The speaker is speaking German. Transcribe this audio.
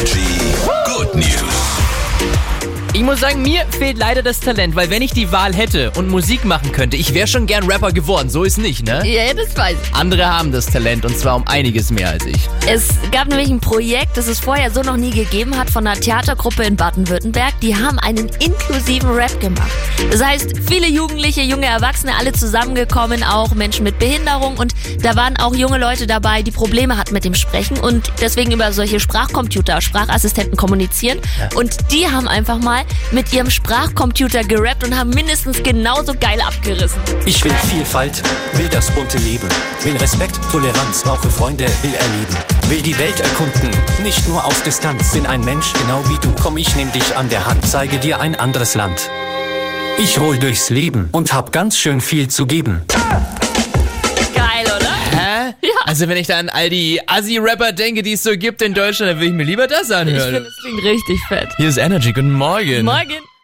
Energy Good News. Ich muss sagen, mir fehlt leider das Talent, weil wenn ich die Wahl hätte und Musik machen könnte, ich wäre schon gern Rapper geworden, so ist nicht, ne? Ja, das weiß ich. Andere haben das Talent und zwar um einiges mehr als ich. Es gab nämlich ein Projekt, das es vorher so noch nie gegeben hat, von einer Theatergruppe in Baden-Württemberg. Die haben einen inklusiven Rap gemacht. Das heißt, viele Jugendliche, junge Erwachsene, alle zusammengekommen, auch Menschen mit Behinderung. Und da waren auch junge Leute dabei, die Probleme hatten mit dem Sprechen und deswegen über solche Sprachcomputer, Sprachassistenten kommunizieren. Ja. Und die haben einfach mal mit ihrem Sprachcomputer gerappt und haben mindestens genauso geil abgerissen. Ich will Vielfalt, will das bunte Leben, will Respekt, Toleranz, brauche Freunde, will erleben, will die Welt erkunden, nicht nur auf Distanz. Bin ein Mensch, genau wie du, komm, ich nehm dich an der Hand, zeige dir ein anderes Land. Ich roll durchs Leben und hab ganz schön viel zu geben. Geil, oder? Hä? Ja. Also wenn ich da an all die Assi-Rapper denke, die es so gibt in Deutschland, dann will ich mir lieber das Ich anhören. finde, es klingt richtig fett. Hier ist Energy, guten Morgen. Morgen.